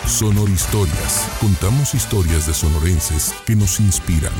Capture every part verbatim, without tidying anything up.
Sonoristorias. Contamos historias de sonorenses que nos inspiran.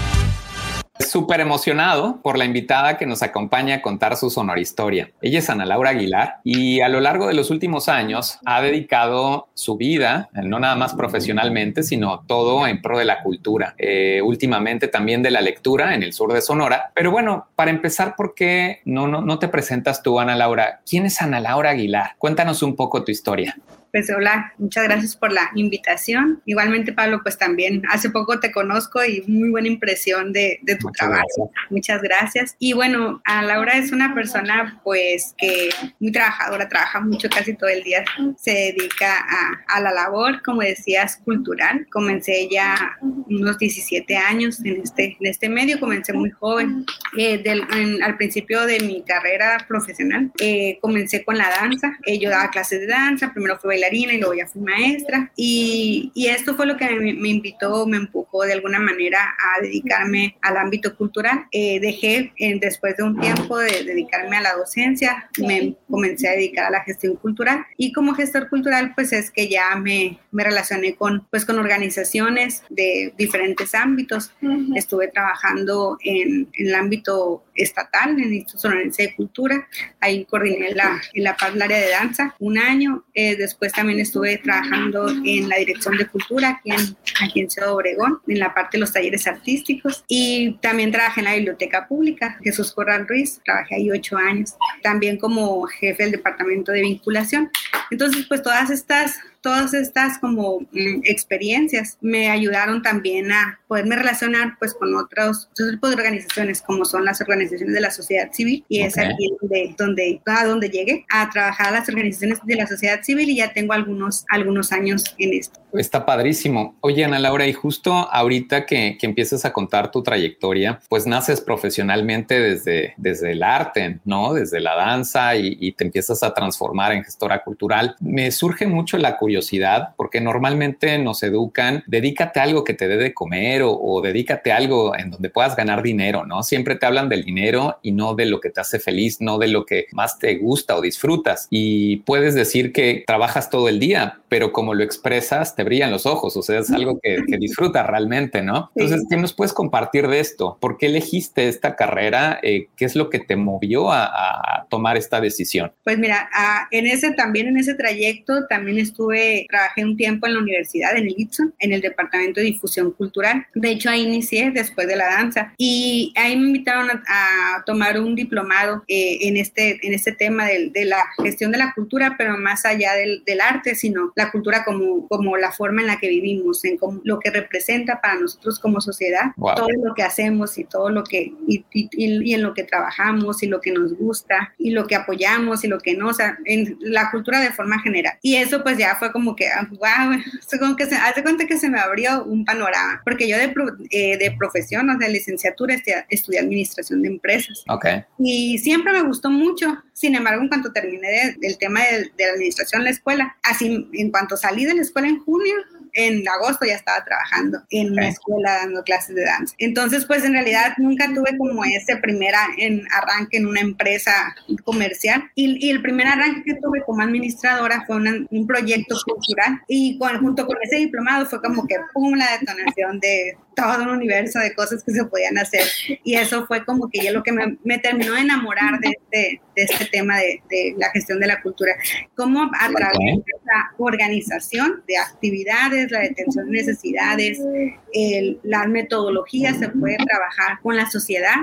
Súper emocionado por la invitada que nos acompaña a contar su sonoristoria. Ella es Ana Laura Aguilar y a lo largo de los últimos años ha dedicado su vida, no nada más profesionalmente, sino todo en pro de la cultura. Eh, últimamente también de la lectura en el sur de Sonora. Pero bueno, para empezar, ¿por qué no, no, no te presentas tú, Ana Laura? ¿Quién es Ana Laura Aguilar? Cuéntanos un poco tu historia. Pues hola, muchas gracias por la invitación. Igualmente, Pablo, pues también hace poco te conozco y muy buena impresión de, de tu Muchas trabajo. Gracias. Muchas gracias. Y bueno, Ana Laura es una persona pues que muy trabajadora, trabaja mucho, casi todo el día. Se dedica a, a la labor, como decías, cultural. Comencé ya unos diecisiete años en este, en este medio, comencé muy joven. Eh, del, en, al principio de mi carrera profesional, eh, comencé con la danza. Eh, yo daba clases de danza, primero fue bailarina y luego ya fui maestra y, y esto fue lo que me, me invitó, me empujó de alguna manera a dedicarme al ámbito cultural. Eh, dejé eh, después de un tiempo de dedicarme a la docencia, me comencé a dedicar a la gestión cultural y como gestor cultural pues es que ya me, me relacioné con, pues, con organizaciones de diferentes ámbitos. Uh-huh. Estuve trabajando en, en el ámbito estatal, en el Instituto Sonorense de Cultura, ahí coordiné la, en la parte del área de danza un año, eh, después también estuve trabajando en la Dirección de Cultura aquí en, aquí en Ciudad Obregón, en la parte de los talleres artísticos y también trabajé en la Biblioteca Pública, Jesús Corral Ruiz, trabajé ahí ocho años, también como jefe del Departamento de Vinculación. Entonces, pues todas estas Todas estas como mm, experiencias me ayudaron también a poderme relacionar pues con otros, otros tipos de organizaciones como son las organizaciones de la sociedad civil y okay. Es aquí donde, donde, a donde llegué a trabajar a las organizaciones de la sociedad civil y ya tengo algunos, algunos años en esto. Está padrísimo. Oye, Ana Laura, y justo ahorita que, que empiezas a contar tu trayectoria, pues naces profesionalmente desde, desde el arte, ¿no? Desde la danza y, y te empiezas a transformar en gestora cultural. Me surge mucho la curiosidad porque normalmente nos educan, dedícate a algo que te dé de comer o, o dedícate a algo en donde puedas ganar dinero, ¿no? Siempre te hablan del dinero y no de lo que te hace feliz, no de lo que más te gusta o disfrutas. Y puedes decir que trabajas todo el día, pero como lo expresas, te brillan los ojos, o sea, es algo que, que disfrutas realmente, ¿no? Entonces, ¿qué nos puedes compartir de esto? ¿Por qué elegiste esta carrera? Eh, ¿Qué es lo que te movió a, a tomar esta decisión? Pues mira, a, en ese también en ese trayecto también estuve, trabajé un tiempo en la universidad, en el I T S O N, en el Departamento de Difusión Cultural. De hecho, ahí inicié después de la danza y ahí me invitaron a, a tomar un diplomado eh, en, este, en este tema de, de la gestión de la cultura, pero más allá del, del arte, sino la cultura como, como la forma en la que vivimos, en cómo, lo que representa para nosotros como sociedad, wow. Todo lo que hacemos y todo lo que, y, y, y en lo que trabajamos y lo que nos gusta y lo que apoyamos y lo que no, o sea, en la cultura de forma general. Y eso pues ya fue como que, wow, como que se hace cuenta que se me abrió un panorama, porque yo de, pro, eh, de profesión, o sea, de licenciatura, estudié, estudié administración de empresas. Okay. Y siempre me gustó mucho. Sin embargo, en cuanto terminé de, del tema de, de la administración en la escuela, así en cuanto salí de la escuela en junio, en agosto ya estaba trabajando en okay. una escuela dando clases de danza. Entonces, pues en realidad nunca tuve como ese primer en arranque en una empresa comercial y, y el primer arranque que tuve como administradora fue una, un proyecto cultural y con, junto con ese diplomado fue como que pum, la detonación de todo un universo de cosas que se podían hacer y eso fue como que ya lo que me, me terminó de enamorar de, de, de este tema de, de la gestión de la cultura, como a través okay. de la organización de actividades, la detención de necesidades, el, las metodologías, se puede trabajar con la sociedad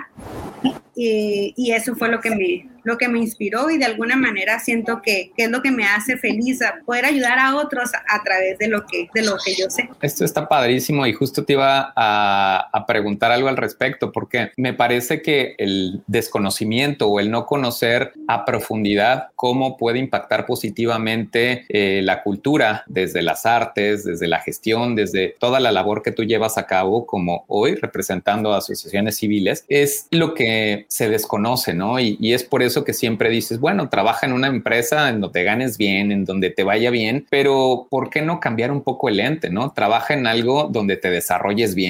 y, y eso fue lo que me lo que me inspiró y de alguna manera siento que, que es lo que me hace feliz, a poder ayudar a otros a, a través de lo que de lo que yo sé. Esto está padrísimo y justo te iba a, a preguntar algo al respecto porque me parece que el desconocimiento o el no conocer a profundidad cómo puede impactar positivamente eh, la cultura desde las artes, desde la gestión, desde toda la labor que tú llevas a cabo como hoy representando a asociaciones civiles, es lo que se desconoce, ¿no? Y, y es por eso que siempre dices, bueno, trabaja en una empresa en donde ganes bien, en donde te vaya bien, pero ¿por qué no cambiar un poco el ente, no? Trabaja en algo donde te desarrolles bien,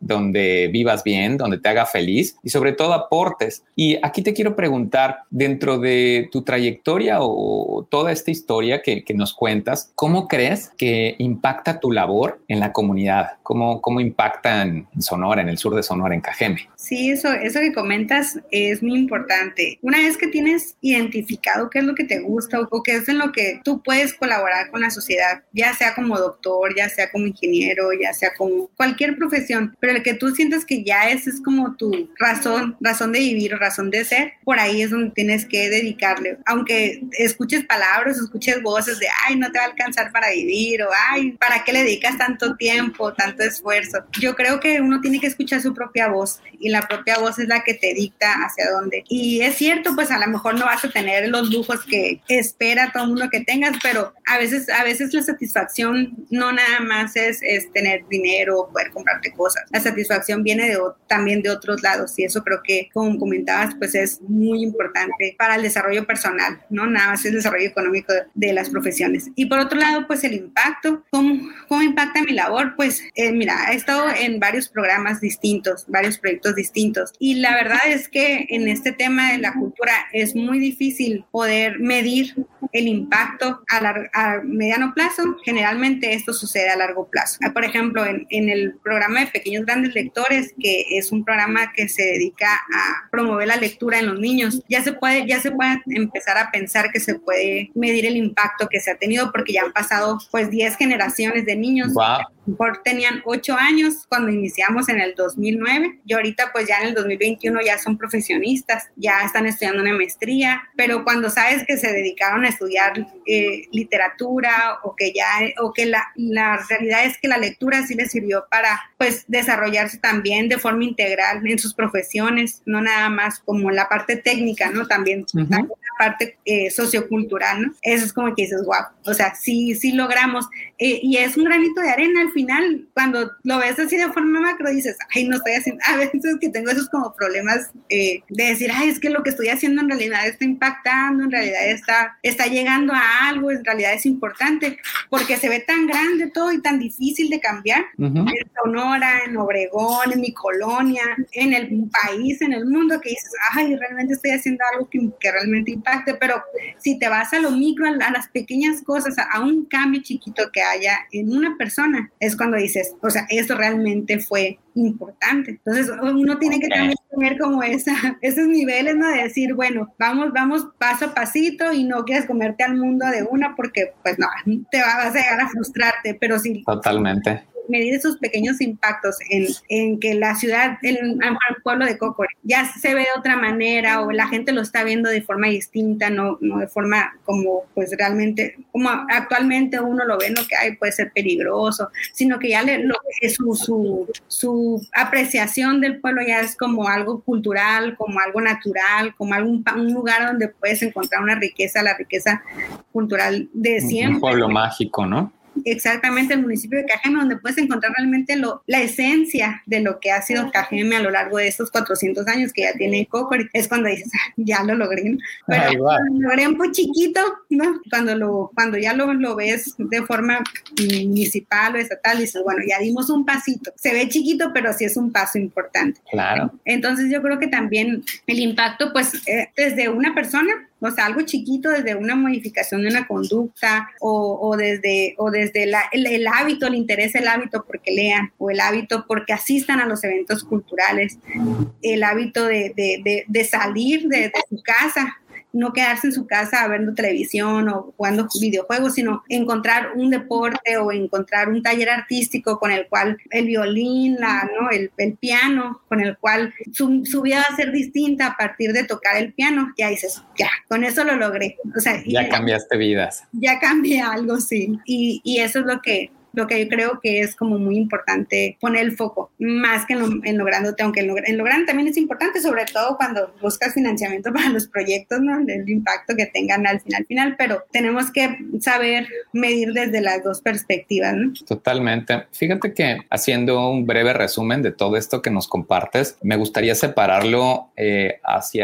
donde vivas bien, donde te haga feliz y sobre todo aportes. Y aquí te quiero preguntar, dentro de tu trayectoria o toda esta historia que, que nos cuentas, ¿cómo crees que impacta tu labor en la comunidad? ¿Cómo, cómo impacta en Sonora, en el sur de Sonora, en Cajeme? Sí, eso, eso que comentas es muy importante. Una vez que tienes identificado qué es lo que te gusta o, o qué es en lo que tú puedes colaborar con la sociedad, ya sea como doctor, ya sea como ingeniero, ya sea como cualquier profesión, pero el que tú sientas que ya es, es como tu razón, razón de vivir, razón de ser, por ahí es donde tienes que dedicarle. Aunque escuches palabras, escuches voces de, ay, no te va a alcanzar para vivir, o ay, ¿para qué le dedicas tanto tiempo, tanto esfuerzo? Yo creo que uno tiene que escuchar su propia voz, y la propia voz es la que te dicta hacia dónde. Y es cierto, pues a lo mejor no vas a tener los lujos que espera todo el mundo que tengas, pero a veces, a veces la satisfacción no nada más es, es tener dinero, poder comprarte cosas. La satisfacción viene de, también de otros lados, y eso creo que, como comentabas, pues es muy importante para el desarrollo personal, ¿no? Nada más el desarrollo económico de, de las profesiones. Y por otro lado, pues el impacto. ¿Cómo, cómo impacta mi labor? Pues eh, mira, he estado en varios programas distintos, varios proyectos distintos, y la verdad es que en este tema de la cultura es muy difícil poder medir el impacto a, lar- a mediano plazo. Generalmente esto sucede a largo plazo. Por ejemplo, en, en el programa de Pequeños Grandes Lectores, que es un programa que se dedica a promover la lectura en los niños, ya se puede, ya se puede empezar a pensar que se puede medir el impacto que se ha tenido, porque ya han pasado pues diez generaciones de niños. Wow. Mejor tenían ocho años cuando iniciamos en el dos mil nueve, y ahorita pues ya en el dos mil veintiuno ya son profesionistas, ya están estudiando una maestría, pero cuando sabes que se dedicaron a estudiar eh, literatura, o que ya, o que la, la realidad es que la lectura sí les sirvió para pues desarrollarse también de forma integral en sus profesiones, no nada más como la parte técnica, ¿no? También, uh-huh. también la parte eh, sociocultural, ¿no? Eso es como que dices, wow, o sea, sí, sí logramos, eh, y es un granito de arena al final. Cuando lo ves así de forma macro, dices, ay, no estoy haciendo, a veces que tengo esos como problemas eh, de decir, ay, es que lo que estoy haciendo en realidad está impactando, en realidad está, está llegando a algo, en realidad es importante, porque se ve tan grande todo y tan difícil de cambiar, uh-huh. en Sonora, en Obregón, en mi colonia, en el país, en el mundo, que dices, ay, realmente estoy haciendo algo que, que realmente impacte. Pero si te vas a lo micro, a, a las pequeñas cosas, a, a un cambio chiquito que haya en una persona, es cuando dices, o sea, eso realmente fue importante. Entonces uno tiene que también tener como esa, esos niveles, ¿no? De decir, bueno, vamos, vamos paso a pasito, y no quieres comerte al mundo de una, porque pues no, te vas a llegar a frustrarte, pero sí. Totalmente. Medir esos pequeños impactos en, en que la ciudad, el, el pueblo de Cocori, ya se ve de otra manera, o la gente lo está viendo de forma distinta, no, no de forma como pues realmente, como actualmente uno lo ve, no que hay puede ser peligroso, sino que ya le, lo, su, su, su apreciación del pueblo ya es como algo cultural, como algo natural, como algún, un lugar donde puedes encontrar una riqueza, la riqueza cultural de siempre. Un pueblo mágico, ¿no? Exactamente, el municipio de Cajeme, donde puedes encontrar realmente lo, la esencia de lo que ha sido Cajeme a lo largo de estos cuatrocientos años que ya tiene Cocori. Es cuando dices, ah, ya lo logré, ¿no? Pero lo logré un poco chiquito, ¿no? Cuando, lo, cuando ya lo, lo ves de forma municipal o estatal, dices, bueno, ya dimos un pasito. Se ve chiquito, pero sí es un paso importante. Claro. Entonces yo creo que también el impacto, pues, eh, desde una persona, o sea, algo chiquito, desde una modificación de una conducta, o, o desde, o desde la, el, el hábito, el interés, el hábito porque lean, o el hábito porque asistan a los eventos culturales, el hábito de, de, de, de salir de, de su casa, no quedarse en su casa viendo televisión o jugando videojuegos, sino encontrar un deporte o encontrar un taller artístico con el cual el violín, la, ¿no? el, el piano, con el cual su, su vida va a ser distinta a partir de tocar el piano. Ya dices, ya, con eso lo logré. O sea, ya y, cambiaste vidas. Ya cambié algo, sí. Y, y eso es lo que... lo que yo creo que es como muy importante poner el foco, más que en lo, en lo grande, aunque en lo, en lo grande también es importante, sobre todo cuando buscas financiamiento para los proyectos, ¿no? El impacto que tengan al final, final, pero tenemos que saber medir desde las dos perspectivas, ¿no? Totalmente. Fíjate que haciendo un breve resumen de todo esto que nos compartes, me gustaría separarlo eh, hacia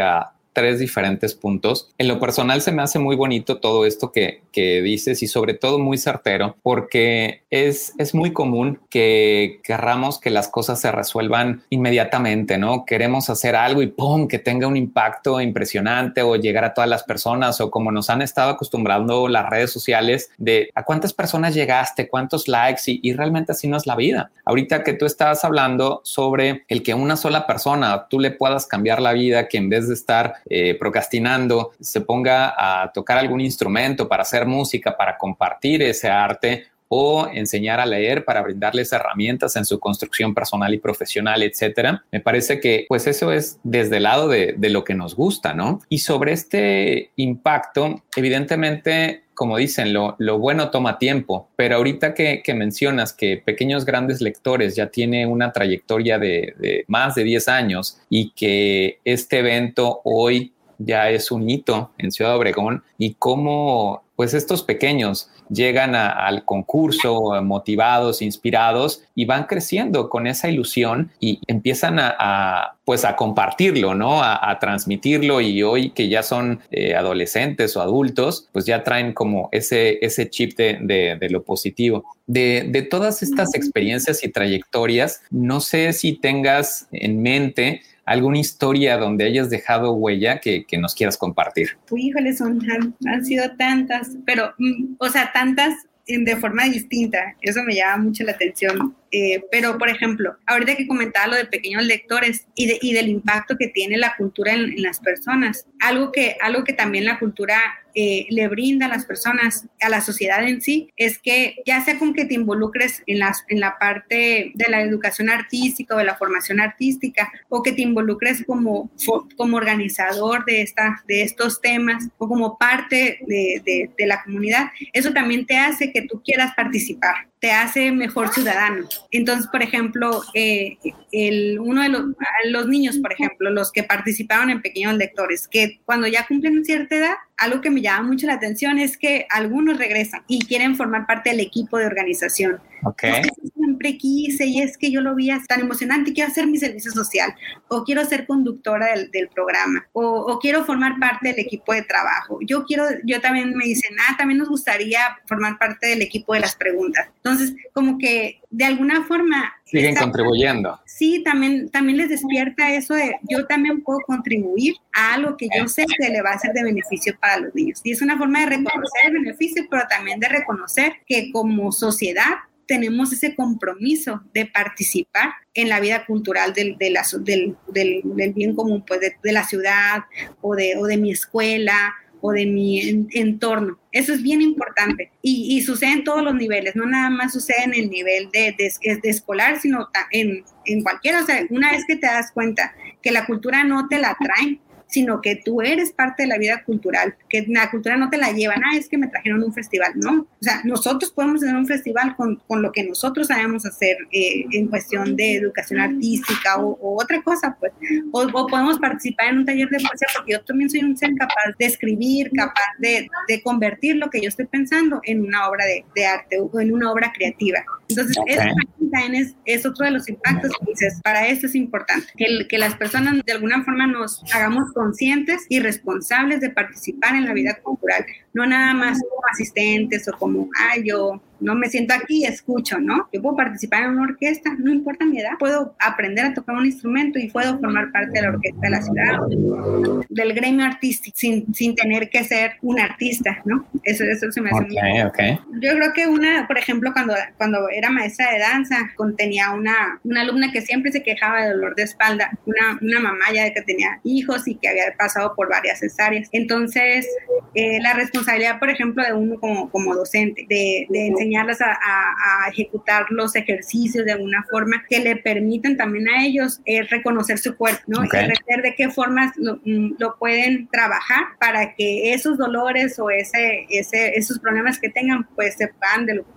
tres diferentes puntos. En lo personal se me hace muy bonito todo esto que, que dices y sobre todo muy certero, porque es, es muy común que querramos que las cosas se resuelvan inmediatamente, ¿no? Queremos hacer algo y ¡pum!, que tenga un impacto impresionante o llegar a todas las personas, o como nos han estado acostumbrando las redes sociales de a cuántas personas llegaste, cuántos likes, y, y realmente así no es la vida. Ahorita que tú estabas hablando sobre el que una sola persona tú le puedas cambiar la vida, que en vez de estar eh, procrastinando se ponga a tocar algún instrumento, para hacer música, para compartir ese arte, o enseñar a leer para brindarles herramientas en su construcción personal y profesional, etcétera. Me parece que pues eso es desde el lado de, de lo que nos gusta, ¿no? Y sobre este impacto, evidentemente, como dicen, lo, lo bueno toma tiempo, pero ahorita que, que mencionas que Pequeños Grandes Lectores ya tiene una trayectoria de, de más de diez años y que este evento hoy ya es un hito en Ciudad Obregón, y cómo pues estos pequeños llegan a, al concurso motivados, inspirados, y van creciendo con esa ilusión y empiezan a, a pues a compartirlo, ¿no? A, a transmitirlo, y hoy que ya son eh, adolescentes o adultos, pues ya traen como ese, ese chip de, de, de lo positivo. De, de todas estas experiencias y trayectorias, no sé si tengas en mente alguna historia donde hayas dejado huella que, que nos quieras compartir. Uy, híjole, son, han, han sido tantas, pero, o sea, tantas de forma distinta. Eso me llama mucho la atención. Eh, pero, por ejemplo, ahorita que comentaba lo de Pequeños Lectores y, de, y del impacto que tiene la cultura en, en las personas, algo que, algo que también la cultura eh, le brinda a las personas, a la sociedad en sí, es que ya sea con que te involucres en, las, en la parte de la educación artística o de la formación artística, o que te involucres como, como organizador de, esta, de estos temas o como parte de, de, de la comunidad, eso también te hace que tú quieras participar, te hace mejor ciudadano. Entonces, por ejemplo, eh, el, uno de los, los niños, por ejemplo, los que participaron en Pequeños Lectores, que cuando ya cumplen cierta edad, algo que me llama mucho la atención es que algunos regresan y quieren formar parte del equipo de organización. Okay. Es que siempre quise, y es que yo lo vi tan emocionante, quiero hacer mi servicio social, o quiero ser conductora del, del programa, o, o quiero formar parte del equipo de trabajo. Yo quiero, yo también me dicen, ah, también nos gustaría formar parte del equipo de las preguntas. Entonces, como que de alguna forma siguen esta, contribuyendo. Sí, también, también les despierta eso de yo también puedo contribuir a algo que yo sé que le va a ser de beneficio para los niños. Y es una forma de reconocer el beneficio, pero también de reconocer que como sociedad tenemos ese compromiso de participar en la vida cultural del, de la, del, del, del bien común, pues de, de la ciudad o de, o de mi escuela o de mi en, entorno. Eso es bien importante y, y sucede en todos los niveles, no nada más sucede en el nivel de, de, de escolar, sino en, en cualquiera. O sea, una vez que te das cuenta que la cultura no te la traen, sino que tú eres parte de la vida cultural, que la cultura no te la llevan, ah, es que me trajeron un festival, no, o sea, nosotros podemos tener un festival con, con lo que nosotros sabemos hacer eh, en cuestión de educación artística o, o otra cosa, pues, o, o podemos participar en un taller de poesía, porque yo también soy un ser capaz de escribir, capaz de, de convertir lo que yo estoy pensando en una obra de, de arte o en una obra creativa. Entonces, okay. Eso también es, es otro de los impactos que dices, para esto es importante, que, que las personas de alguna forma nos hagamos conscientes y responsables de participar en la vida cultural, no nada más como asistentes o como, ah, yo no me siento aquí, escucho, ¿no? Yo puedo participar en una orquesta, no importa mi edad, puedo aprender a tocar un instrumento y puedo formar parte de la orquesta de la ciudad, del gremio artístico, sin, sin tener que ser un artista, ¿no? Eso, eso se me hace okay, muy okay. Yo creo que una, por ejemplo, cuando, cuando era maestra de danza, tenía una, una alumna que siempre se quejaba de dolor de espalda, una, una mamá ya que tenía hijos y que había pasado por varias cesáreas. Entonces, eh, la responsabilidad, por ejemplo, de uno como, como docente, de, de enseñarles a, a, a ejecutar los ejercicios de alguna forma que le permitan también a ellos eh, reconocer su cuerpo, ¿no? Okay. Y ver de qué formas lo, lo pueden trabajar para que esos dolores o ese, ese, esos problemas que tengan, pues se puedan de,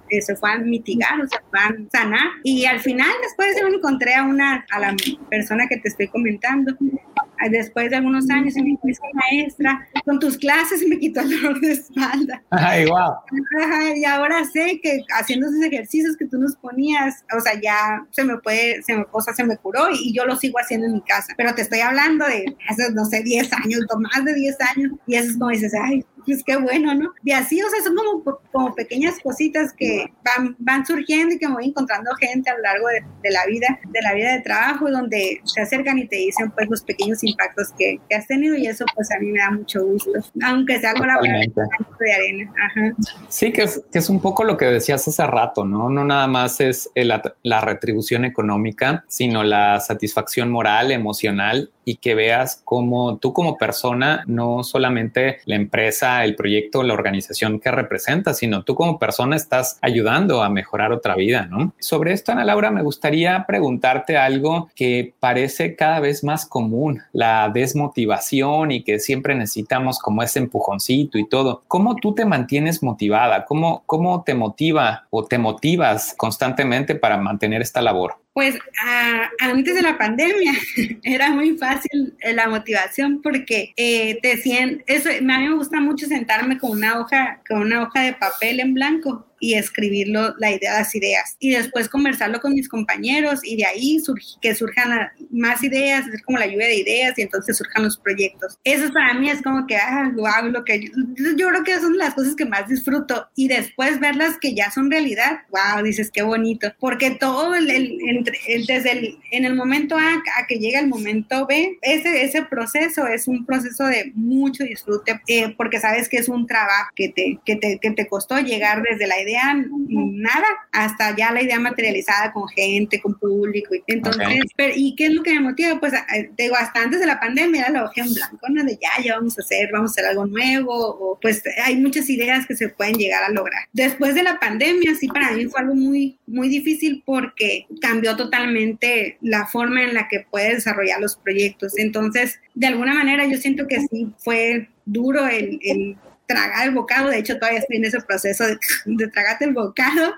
eh, se fue a mitigar, o sea, fue a sanar. Y al final, después yo encontré a una, a la persona que te estoy comentando, después de algunos años, y me dijo, maestra, con tus clases me quitó el dolor de espalda. Ay, wow. Ajá, y ahora sé que haciendo esos ejercicios que tú nos ponías, o sea, ya se me puede, se me, o sea, se me curó y, y yo lo sigo haciendo en mi casa. Pero te estoy hablando de hace, no sé, diez años, o más de diez años, y eso es como dices, ay, pues qué bueno, ¿no? Y así, o sea, son como, como pequeñas cositas que van, van surgiendo y que me voy encontrando gente a lo largo de, de la vida, de la vida de trabajo, donde se acercan y te dicen, pues, los pequeños impactos que, que has tenido, y eso, pues, a mí me da mucho gusto, aunque sea algo de arena. Ajá. Sí, que es, que es un poco lo que decías hace rato, ¿no? No nada más es el, la retribución económica, sino la satisfacción moral, emocional, y que veas cómo tú como persona, no solamente la empresa, el proyecto, la organización que representas, sino tú como persona estás ayudando a mejorar otra vida, ¿no? Sobre esto, Ana Laura, me gustaría preguntarte algo que parece cada vez más común, la desmotivación, y que siempre necesitamos como ese empujoncito y todo. ¿Cómo tú te mantienes motivada? ¿Cómo, cómo te motiva o te motivas constantemente para mantener esta labor? Pues a, antes de la pandemia era muy fácil la motivación porque eh, te sientes, eso, a mí me gusta mucho sentarme con una hoja, con una hoja de papel en blanco y escribirlo, la idea, las ideas, y después conversarlo con mis compañeros, y de ahí surg, que surjan más ideas, es como la lluvia de ideas, y entonces surjan los proyectos. Eso para mí es como que, ah, wow, lo que yo, yo creo que son las cosas que más disfruto, y después verlas que ya son realidad, wow, dices, qué bonito, porque todo el, el, el, el desde el, en el momento A a que llega el momento B, ese, ese proceso es un proceso de mucho disfrute, eh, porque sabes que es un trabajo que te, que te, que te costó llegar desde la idea nada hasta ya la idea materializada con gente, con público. Entonces, okay. pero, ¿y qué es lo que me motiva? Pues te digo, hasta antes de la pandemia era la hoja en blanco, ¿no? De ya, ya vamos a hacer, vamos a hacer algo nuevo, o pues hay muchas ideas que se pueden llegar a lograr. Después de la pandemia, sí, para mí fue algo muy, muy difícil porque cambió totalmente la forma en la que puedes desarrollar los proyectos. Entonces, de alguna manera yo siento que sí fue duro el, el tragar el bocado. De hecho, todavía estoy en ese proceso de, de tragarte el bocado.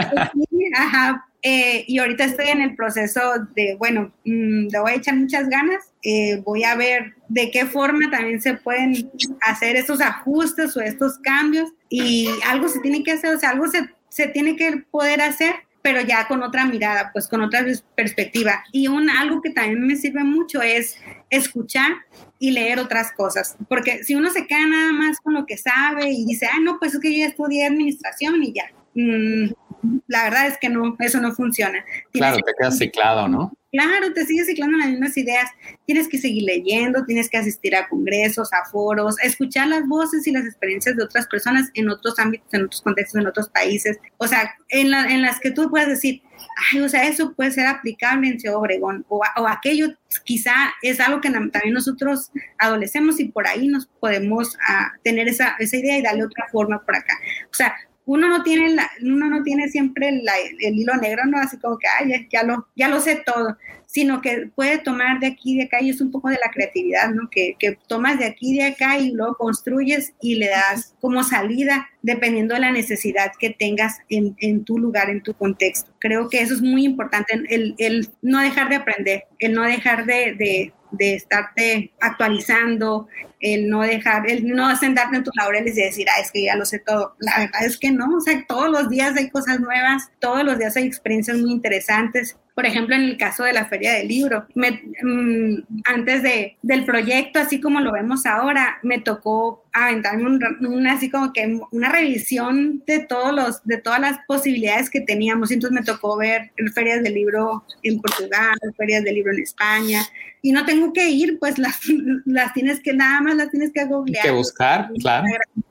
Y, ajá, eh, y ahorita estoy en el proceso de, bueno, mmm, le voy a echar muchas ganas. Eh, voy a ver de qué forma también se pueden hacer esos ajustes o estos cambios. Y algo se tiene que hacer, o sea, algo se, se tiene que poder hacer, pero ya con otra mirada, pues con otra perspectiva. Y un, algo que también me sirve mucho es escuchar y leer otras cosas, porque si uno se queda nada más con lo que sabe y dice, ah, no, pues es que yo ya estudié administración y ya, mm, la verdad es que no, eso no funciona. Tienes claro, te quedas ciclado, ¿no? Claro, te sigues ciclando en las mismas ideas. Tienes que seguir leyendo, tienes que asistir a congresos, a foros, escuchar las voces y las experiencias de otras personas en otros ámbitos, en otros contextos, en otros países. O sea, en, la, en las que tú puedes decir, ay, o sea, eso puede ser aplicable en Ciudad Obregón, o, o aquello quizá es algo que también nosotros adolecemos y por ahí nos podemos uh, tener esa, esa idea y darle otra forma por acá. O sea, uno no tiene la, uno no tiene siempre la, el hilo negro, no así como que ay, ya, ya lo ya lo sé todo, sino que puede tomar de aquí y de acá, y es un poco de la creatividad, ¿no? Que, que tomas de aquí y de acá y luego construyes y le das como salida dependiendo de la necesidad que tengas en, en tu lugar, en tu contexto. Creo que eso es muy importante, el, el no dejar de aprender, el no dejar de, de, de estarte actualizando, el no dejar, el no sentarte en tus laureles y decir, ah, es que ya lo sé todo. La verdad es que no, o sea, todos los días hay cosas nuevas, todos los días hay experiencias muy interesantes. Por ejemplo, en el caso de la Feria del Libro, me, mmm, antes de, del proyecto, así como lo vemos ahora, me tocó aventarme un, un, así como que una revisión de, todos los, de todas las posibilidades que teníamos. Entonces me tocó ver ferias del libro en Portugal, ferias del libro en España, y no tengo que ir, pues las, las tienes que, nada más las tienes que googlear. Que buscar, claro.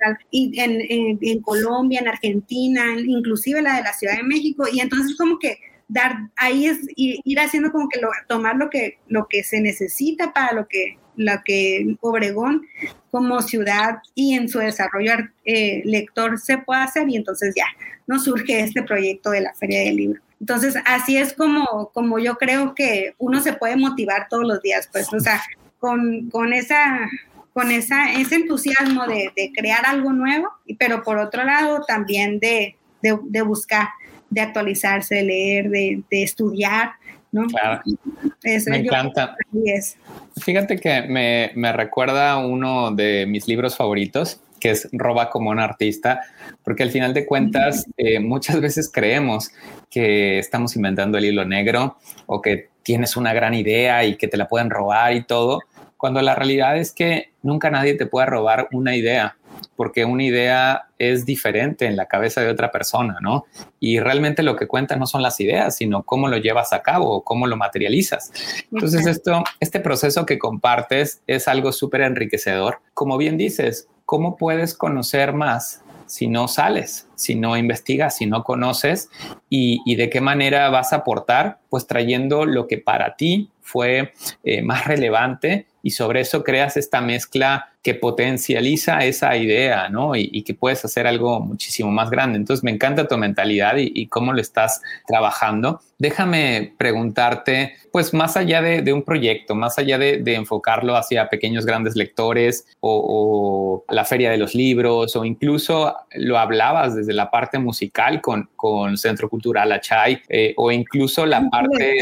Y en, en, en Colombia, en Argentina, inclusive la de la Ciudad de México, y entonces como que dar, ahí es ir, ir haciendo como que lo, tomar lo que, lo que se necesita para lo que, lo que Obregón como ciudad y en su desarrollo eh, lector se puede hacer, y entonces ya nos surge este proyecto de la Feria del Libro. Entonces así es como, como yo creo que uno se puede motivar todos los días, pues, o sea, con, con esa... con esa, ese entusiasmo de, de crear algo nuevo, pero por otro lado también de, de, de buscar, de actualizarse, de leer, de, de estudiar, ¿no? Claro. Eso me yo encanta. Es. Fíjate que me, me recuerda uno de mis libros favoritos, que es Roba como un artista, porque al final de cuentas eh, muchas veces creemos que estamos inventando el hilo negro o que tienes una gran idea y que te la pueden robar y todo, cuando la realidad es que nunca nadie te puede robar una idea, porque una idea es diferente en la cabeza de otra persona, ¿no? Y realmente lo que cuenta no son las ideas, sino cómo lo llevas a cabo o cómo lo materializas. Entonces esto, este proceso que compartes es algo súper enriquecedor. Como bien dices, ¿cómo puedes conocer más si no sales, si no investigas, si no conoces? Y, y de qué manera vas a aportar, pues trayendo lo que para ti fue eh, más relevante, y sobre eso creas esta mezcla que potencializa esa idea, ¿no? Y, y que puedes hacer algo muchísimo más grande. Entonces me encanta tu mentalidad y, y cómo lo estás trabajando. Déjame preguntarte, pues más allá de, de un proyecto, más allá de, de enfocarlo hacia pequeños grandes lectores o, o la feria de los libros, o incluso lo hablabas desde la parte musical con, con Centro Cultural Achay, eh, o incluso la parte...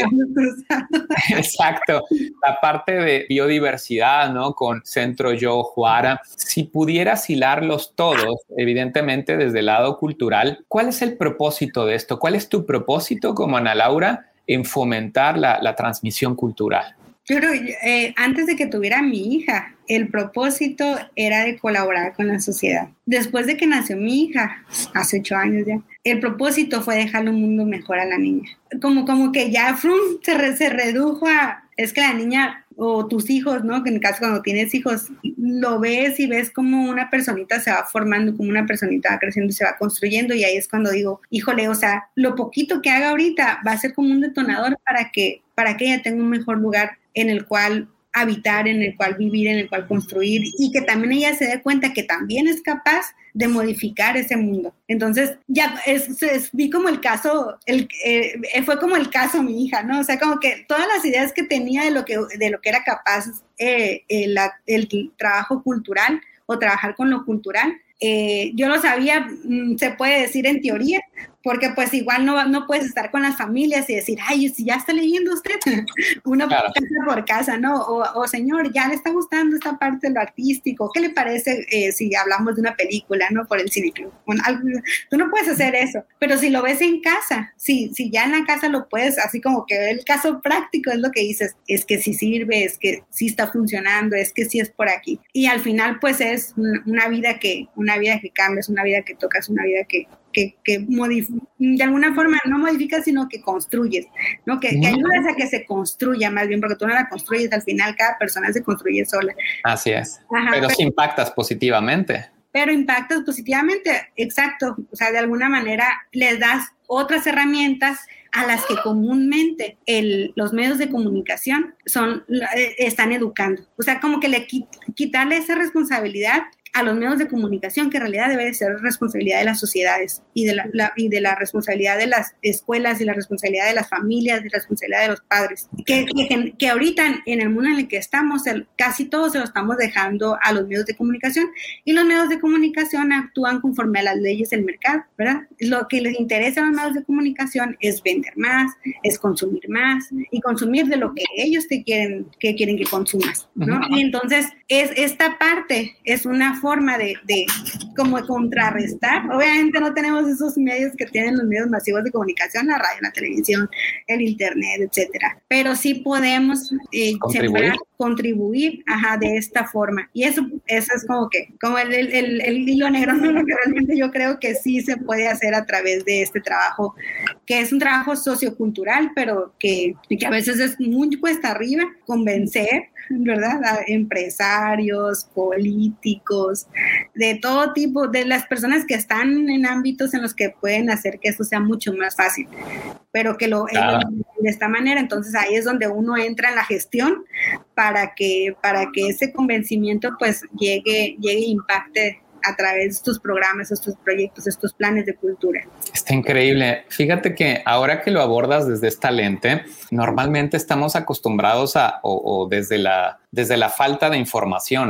Exacto, la parte de biodiversidad, ¿no? Con Centro Yo Juara. Si pudieras hilarlos todos, evidentemente desde el lado cultural, ¿cuál es el propósito de esto? ¿Cuál es tu propósito como Ana Laura en fomentar la, la transmisión cultural? Yo creo que eh, antes de que tuviera a mi hija, el propósito era de colaborar con la sociedad. Después de que nació mi hija, hace ocho años ya, el propósito fue dejarle un mundo mejor a la niña. Como, como que ya frum, se, re, se redujo a, es que la niña o tus hijos, ¿no? Que en el caso cuando tienes hijos, lo ves y ves como una personita se va formando, como una personita va creciendo y se va construyendo, y ahí es cuando digo, híjole, o sea, lo poquito que haga ahorita va a ser como un detonador para que, para que ella tenga un mejor lugar en el cual habitar, en el cual vivir, en el cual construir, y que también ella se dé cuenta que también es capaz de modificar ese mundo. Entonces, ya es, es, vi como el caso, el, eh, fue como el caso mi hija, ¿no? O sea, como que todas las ideas que tenía de lo que, de lo que era capaz eh, el, el trabajo cultural o trabajar con lo cultural, eh, yo lo sabía, se puede decir en teoría, porque pues igual no, no puedes estar con las familias y decir, ay, si ya está leyendo usted, uno claro. casa por casa, ¿no? O, o señor, ya le está gustando esta parte de lo artístico, ¿qué le parece eh, si hablamos de una película, ¿no? Por el cineclub. Bueno, algo, tú no puedes hacer eso, pero si lo ves en casa, si, si ya en la casa lo puedes, así como que el caso práctico es lo que dices, es que sí sirve, es que sí está funcionando, es que sí es por aquí. Y al final pues es una, una vida que, una vida que cambia, es una vida que tocas, una vida que que, que modif- de alguna forma no modificas, sino que construyes, ¿no? Que, que ayudas a que se construya más bien, porque tú no la construyes, al final cada persona se construye sola. Así es. Ajá, pero, pero sí impactas positivamente. Pero impactas positivamente, exacto. O sea, de alguna manera les das otras herramientas a las que comúnmente el, los medios de comunicación son, eh, están educando. O sea, como que le quit, quitarle esa responsabilidad a los medios de comunicación, que en realidad debe de ser responsabilidad de las sociedades y de la, la, y de la responsabilidad de las escuelas y la responsabilidad de las familias, de la responsabilidad de los padres. Que, que, que ahorita en el mundo en el que estamos, el, casi todo se lo estamos dejando a los medios de comunicación, y los medios de comunicación actúan conforme a las leyes del mercado, ¿verdad? Lo que les interesa a los medios de comunicación es vender más, es consumir más y consumir de lo que ellos te quieren que, quieren que consumas, ¿no? Uh-huh. Y entonces es, esta parte es una forma de, de como contrarrestar. Obviamente no tenemos esos medios que tienen los medios masivos de comunicación, la radio, la televisión, el internet, etcétera, pero sí podemos eh, contribuir, sembrar, contribuir ajá, de esta forma, y eso, eso es como que como el, el, el, el hilo negro, ¿no? Lo que realmente yo creo que sí se puede hacer a través de este trabajo, que es un trabajo sociocultural, pero que, que a veces es muy cuesta arriba convencer, ¿verdad? A empresarios, políticos, de todo tipo, de las personas que están en ámbitos en los que pueden hacer que esto sea mucho más fácil, pero que lo claro. de esta manera. Entonces ahí es donde uno entra en la gestión para que, para que ese convencimiento pues llegue, llegue e impacte a través de estos programas, estos proyectos, estos planes de cultura. Está increíble. Fíjate que ahora que lo abordas desde esta lente, normalmente estamos acostumbrados a, o, o desde la, desde la falta de información, ¿no?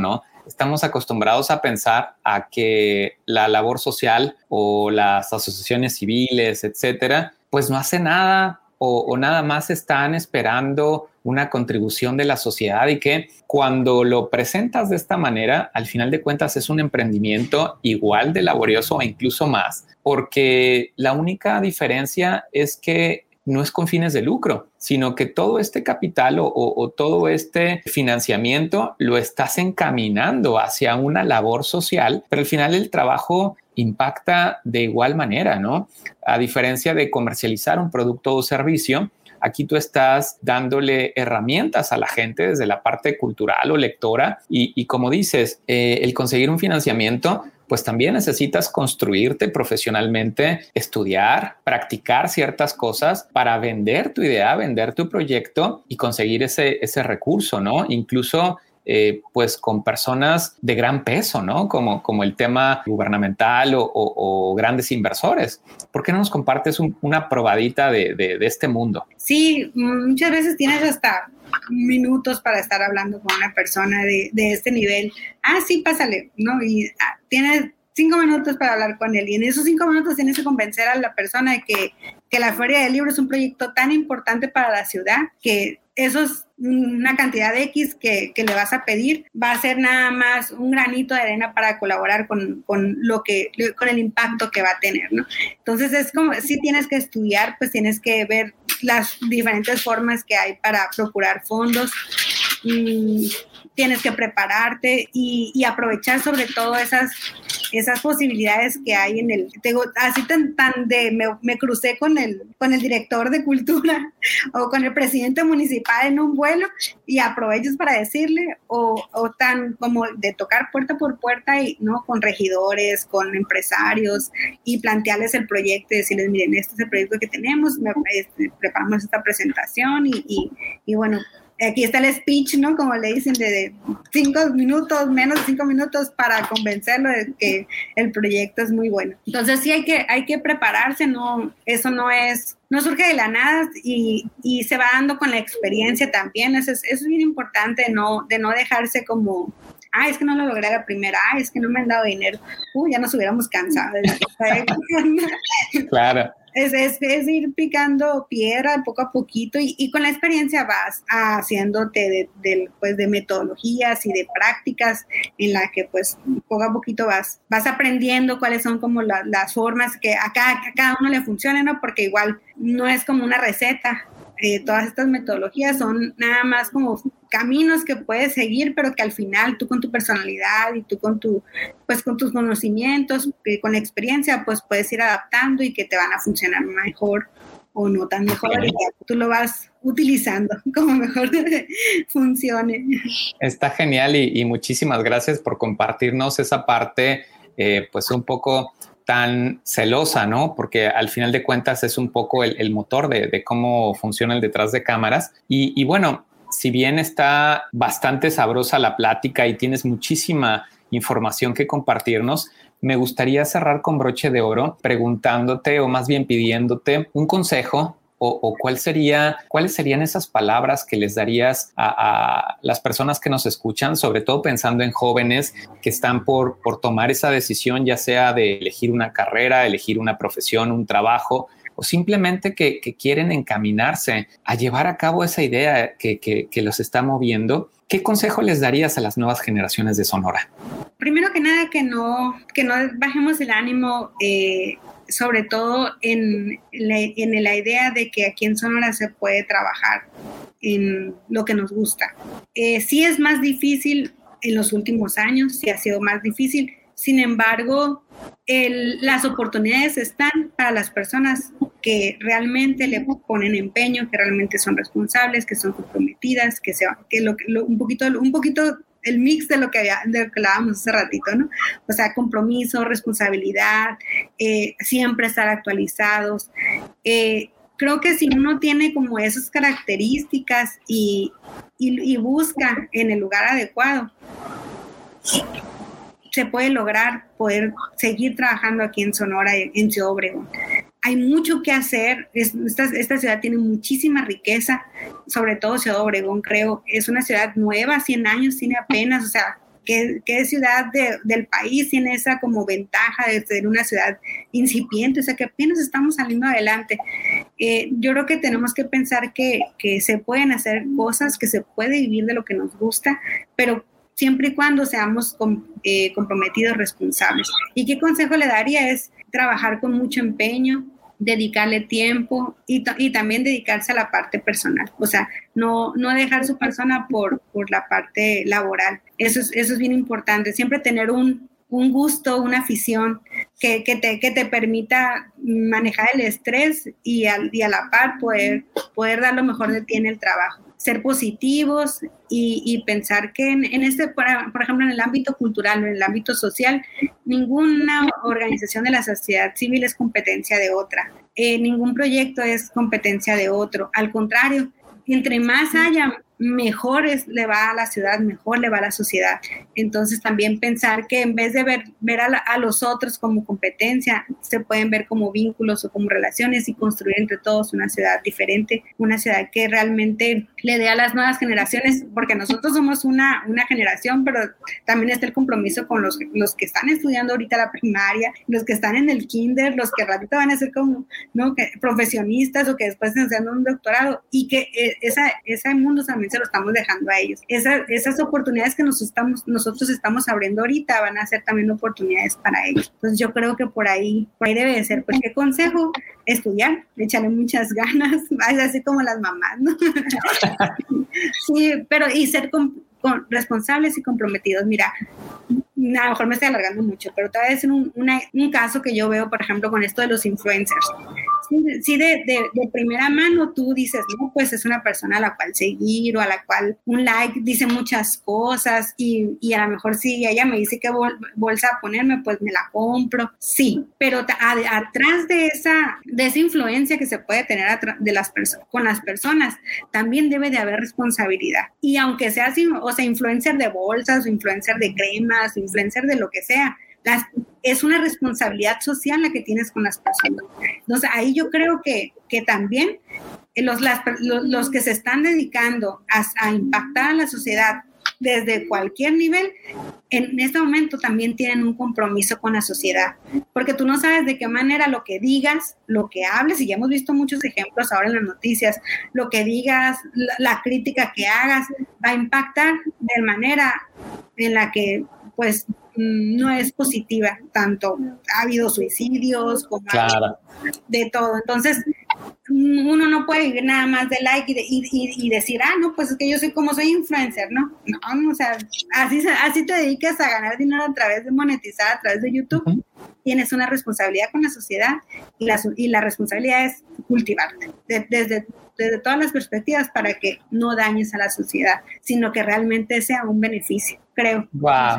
estamos acostumbrados a pensar a que la labor social o las asociaciones civiles, etcétera, pues no hace nada o, o nada más están esperando una contribución de la sociedad, y que cuando lo presentas de esta manera, al final de cuentas es un emprendimiento igual de laborioso o incluso más, porque la única diferencia es que no es con fines de lucro, sino que todo este capital o, o, o todo este financiamiento lo estás encaminando hacia una labor social, pero al final el trabajo impacta de igual manera, ¿no? A diferencia de comercializar un producto o servicio, aquí tú estás dándole herramientas a la gente desde la parte cultural o lectora, y, y como dices, eh, el conseguir un financiamiento, pues también necesitas construirte profesionalmente, estudiar, practicar ciertas cosas para vender tu idea, vender tu proyecto y conseguir ese, ese recurso, ¿no? Incluso Eh, pues con personas de gran peso, ¿no? Como, como el tema gubernamental o, o, o grandes inversores. ¿Por qué no nos compartes un, una probadita de, de, de este mundo? Sí, muchas veces tienes hasta minutos para estar hablando con una persona de, de este nivel. Ah, sí, pásale, ¿no? Y ah, tienes cinco minutos para hablar con él, y en esos cinco minutos tienes que convencer a la persona de que, que la Feria del Libro es un proyecto tan importante para la ciudad que esos una cantidad de X que, que le vas a pedir va a ser nada más un granito de arena para colaborar con, con lo que, con el impacto que va a tener, ¿no? Entonces es como, si tienes que estudiar, pues tienes que ver las diferentes formas que hay para procurar fondos, y tienes que prepararte y, y aprovechar sobre todo esas esas posibilidades que hay en el, tengo, así tan, tan de, me, me crucé con el, con el director de cultura o con el presidente municipal en un vuelo, y aprovechas para decirle, o, o tan como de tocar puerta por puerta, y no, con regidores, con empresarios, y plantearles el proyecto y decirles, miren, este es el proyecto que tenemos, me, este, preparamos esta presentación, y, y, y bueno, aquí está el speech, ¿no? Como le dicen, de, de cinco minutos, menos de cinco minutos para convencerlo de que el proyecto es muy bueno. Entonces sí hay que, hay que prepararse, no, eso no es, no surge de la nada, y, y se va dando con la experiencia también. Eso es, eso es bien importante, no, de no dejarse como, ah, es que no lo logré a la primera, ah, es que no me han dado dinero, uh, ya nos hubiéramos cansado. Claro. Es, es, es ir picando piedra poco a poquito, y, y con la experiencia vas haciéndote de, de, pues, de metodologías y de prácticas en las que pues poco a poquito vas, vas aprendiendo cuáles son como la, las formas que a cada, a cada uno le funcionen, ¿no? Porque igual no es como una receta. Eh, todas estas metodologías son nada más como caminos que puedes seguir, pero que al final tú con tu personalidad y tú con tu, pues con tus conocimientos, que con la experiencia, pues puedes ir adaptando y que te van a funcionar mejor o no tan mejor, y tú lo vas utilizando como mejor funcione. Está genial, y, y muchísimas gracias por compartirnos esa parte, eh, pues un poco tan celosa, ¿no? Porque al final de cuentas es un poco el, el motor de, de cómo funciona el detrás de cámaras. Y, y bueno, si bien está bastante sabrosa la plática y tienes muchísima información que compartirnos, me gustaría cerrar con broche de oro preguntándote, o más bien pidiéndote un consejo, o, o cuál sería, cuáles serían esas palabras que les darías a, a las personas que nos escuchan, sobre todo pensando en jóvenes que están por, por tomar esa decisión, ya sea de elegir una carrera, elegir una profesión, un trabajo, o simplemente que, que quieren encaminarse a llevar a cabo esa idea que, que, que los está moviendo. ¿Qué consejo les darías a las nuevas generaciones de Sonora? Primero que nada, que no, que no bajemos el ánimo, eh, sobre todo en la, en la idea de que aquí en Sonora se puede trabajar en lo que nos gusta. Eh, sí es más difícil en los últimos años, sí ha sido más difícil. Sin embargo, el, las oportunidades están para las personas que realmente le ponen empeño, que realmente son responsables, que son comprometidas, que, se, que, lo, lo, un poquito, un poquito el mix de lo que había, de lo que hablábamos hace ratito, ¿no? O sea, compromiso, responsabilidad, eh, siempre estar actualizados. Eh, creo que si uno tiene como esas características y, y, y busca en el lugar adecuado, se puede lograr poder seguir trabajando aquí en Sonora, en Ciudad Obregón. Hay mucho que hacer. Esta, esta ciudad tiene muchísima riqueza, sobre todo Ciudad Obregón, creo. Es una ciudad nueva, cien años tiene apenas, o sea, qué, qué ciudad de, del país tiene esa como ventaja de ser una ciudad incipiente, o sea, que apenas estamos saliendo adelante. Eh, yo creo que tenemos que pensar que, que se pueden hacer cosas, que se puede vivir de lo que nos gusta, pero siempre y cuando seamos com, eh, comprometidos, responsables. ¿Y qué consejo le daría? Es trabajar con mucho empeño, dedicarle tiempo y, y también dedicarse a la parte personal. O sea, no, no dejar su persona por, por la parte laboral. Eso es, eso es bien importante. Siempre tener un, un gusto, una afición que, que, te, que te permita manejar el estrés y, al, y a la par poder, poder dar lo mejor de ti en el trabajo. Ser positivos y, y pensar que en, en este, por, por ejemplo, en el ámbito cultural o en el ámbito social, ninguna organización de la sociedad civil es competencia de otra. Eh, ningún proyecto es competencia de otro. Al contrario, entre más haya, mejor es, le va a la ciudad, mejor le va a la sociedad. Entonces también pensar que en vez de ver, ver a, la, a los otros como competencia, se pueden ver como vínculos o como relaciones y construir entre todos una ciudad diferente, una ciudad que realmente le dé a las nuevas generaciones, porque nosotros somos una, una generación, pero también está el compromiso con los, los que están estudiando ahorita la primaria, los que están en el kinder, los que ratito van a ser como, ¿no?, que, profesionistas o que después estén haciendo un doctorado, y que esa, ese mundo también se lo estamos dejando a ellos. Esa, esas oportunidades que nos estamos, nosotros estamos abriendo ahorita van a ser también oportunidades para ellos. Entonces yo creo que por ahí, por ahí debe de ser. Pues, ¿qué consejo? Estudiar, echarle muchas ganas, así como las mamás, ¿no? Sí, pero y ser con, con responsables y comprometidos. Mira, a lo mejor me estoy alargando mucho, pero tal vez en un, una, un caso que yo veo, por ejemplo, con esto de los influencers. Sí, sí de, de, de primera mano tú dices, no, pues es una persona a la cual seguir o a la cual un like dice muchas cosas y, y a lo mejor si ella me dice qué bol, bolsa ponerme, pues me la compro. Sí, pero a, a, atrás de esa, de esa influencia que se puede tener de las perso- con las personas, también debe de haber responsabilidad. Y aunque seas, o sea, influencer de bolsas o influencer de cremas, influencer de lo que sea, las, es una responsabilidad social la que tienes con las personas. Entonces, ahí yo creo que, que también los, las, los, los que se están dedicando a, a impactar a la sociedad desde cualquier nivel, en este momento también tienen un compromiso con la sociedad, porque tú no sabes de qué manera lo que digas, lo que hables, y ya hemos visto muchos ejemplos ahora en las noticias, lo que digas, la, la crítica que hagas, va a impactar de manera en la que, pues, no es positiva. Tanto ha habido suicidios como claro, de todo. Entonces, uno no puede vivir nada más de like y, de, y, y, y decir, ah, no, pues es que yo soy como soy influencer, ¿no? No, o sea, así, así te dedicas a ganar dinero a través de monetizar, a través de YouTube. Uh-huh. Tienes una responsabilidad con la sociedad y la, y la responsabilidad es cultivarte de, desde, desde todas las perspectivas para que no dañes a la sociedad, sino que realmente sea un beneficio, creo. Wow.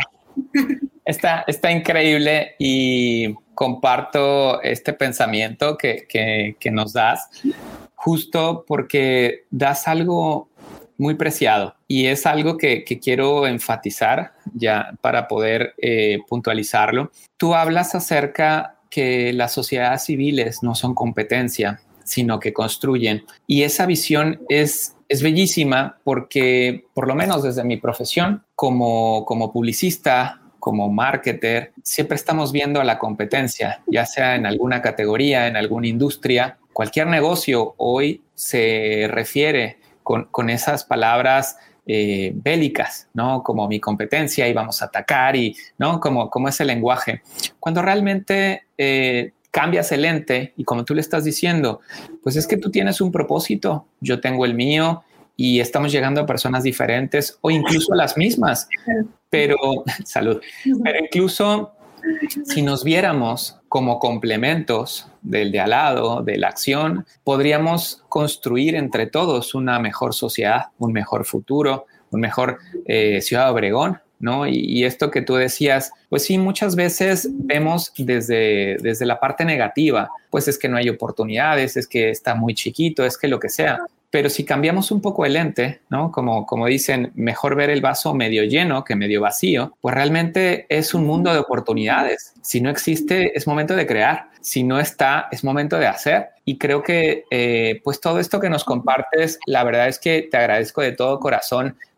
Está, está increíble y comparto este pensamiento que, que, que nos das, justo porque das algo muy preciado y es algo que, que quiero enfatizar ya para poder eh, puntualizarlo. Tú hablas acerca que las sociedades civiles no son competencia, sino que construyen, y esa visión es Es bellísima porque, por lo menos desde mi profesión, como, como publicista, como marketer, siempre estamos viendo a la competencia, ya sea en alguna categoría, en alguna industria. Cualquier negocio hoy se refiere con, con esas palabras eh, bélicas, ¿no? Como mi competencia y vamos a atacar, y ¿no? Como, como ese lenguaje. Cuando realmente eh, cambias el lente y como tú le estás diciendo, pues es que tú tienes un propósito, yo tengo el mío y estamos llegando a personas diferentes o incluso las mismas, pero salud, pero incluso si nos viéramos como complementos del de al lado, de la acción, podríamos construir entre todos una mejor sociedad, un mejor futuro, un mejor eh, Ciudad Obregón, ¿no? Y, y esto que tú decías, pues sí, muchas veces vemos desde, desde la parte negativa, pues es que no hay oportunidades, es que está muy chiquito, es que lo que sea. Pero si cambiamos un poco el lente, ¿no? Como, como dicen, mejor ver el vaso medio lleno que medio vacío, pues realmente es un mundo de oportunidades. Si no existe, es momento de crear. Si no está, es momento de hacer. Y creo que eh, pues todo esto que nos compartes, la verdad es que te agradezco de todo corazón.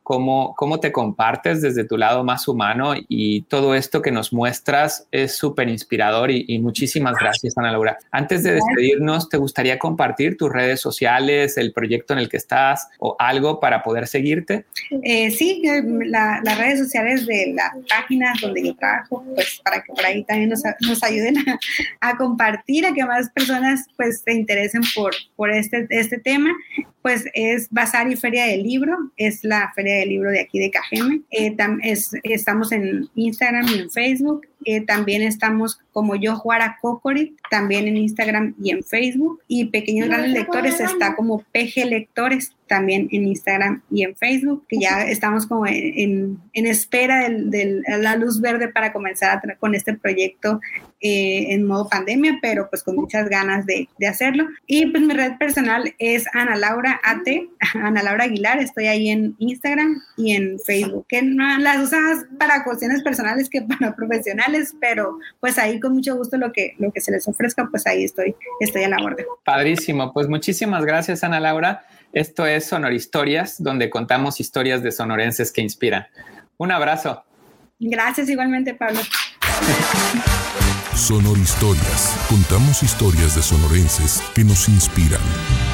cómo, cómo te compartes desde tu lado más humano, y todo esto que nos muestras es súper inspirador y, y muchísimas gracias, Ana Laura. Antes de despedirnos, ¿te gustaría compartir tus redes sociales, el proyecto en el que estás o algo para poder seguirte? Eh, sí, la, las redes sociales de la página donde yo trabajo, pues para que por ahí también nos, nos ayuden a, a compartir, a que más personas pues se interesen por, por este, este tema. Pues es Bazar y Feria del Libro, es la Feria del Libro de aquí de Cajeme. Eh, tam, es, estamos en Instagram y en Facebook. Eh, también estamos como Yo Juara Cocorit, también en Instagram y en Facebook. Y Pequeños Grandes Lectores está como P G Lectores, también en Instagram y en Facebook, que ya estamos como en, en, en espera de la luz verde para comenzar a tra- con este proyecto eh, en modo pandemia, pero pues con muchas ganas de, de hacerlo. Y pues mi red personal es Ana Laura A T, Ana Laura Aguilar, estoy ahí en Instagram y en Facebook, que no las usas para cuestiones personales que para profesionales, pero pues ahí con mucho gusto lo que, lo que se les ofrezca, pues ahí estoy, estoy a la orden. Padrísimo, pues muchísimas gracias, Ana Laura. Esto es Sonoristorias, donde contamos historias de sonorenses que inspiran. Un abrazo. Gracias igualmente, Pablo. Sonoristorias. Contamos historias de sonorenses que nos inspiran.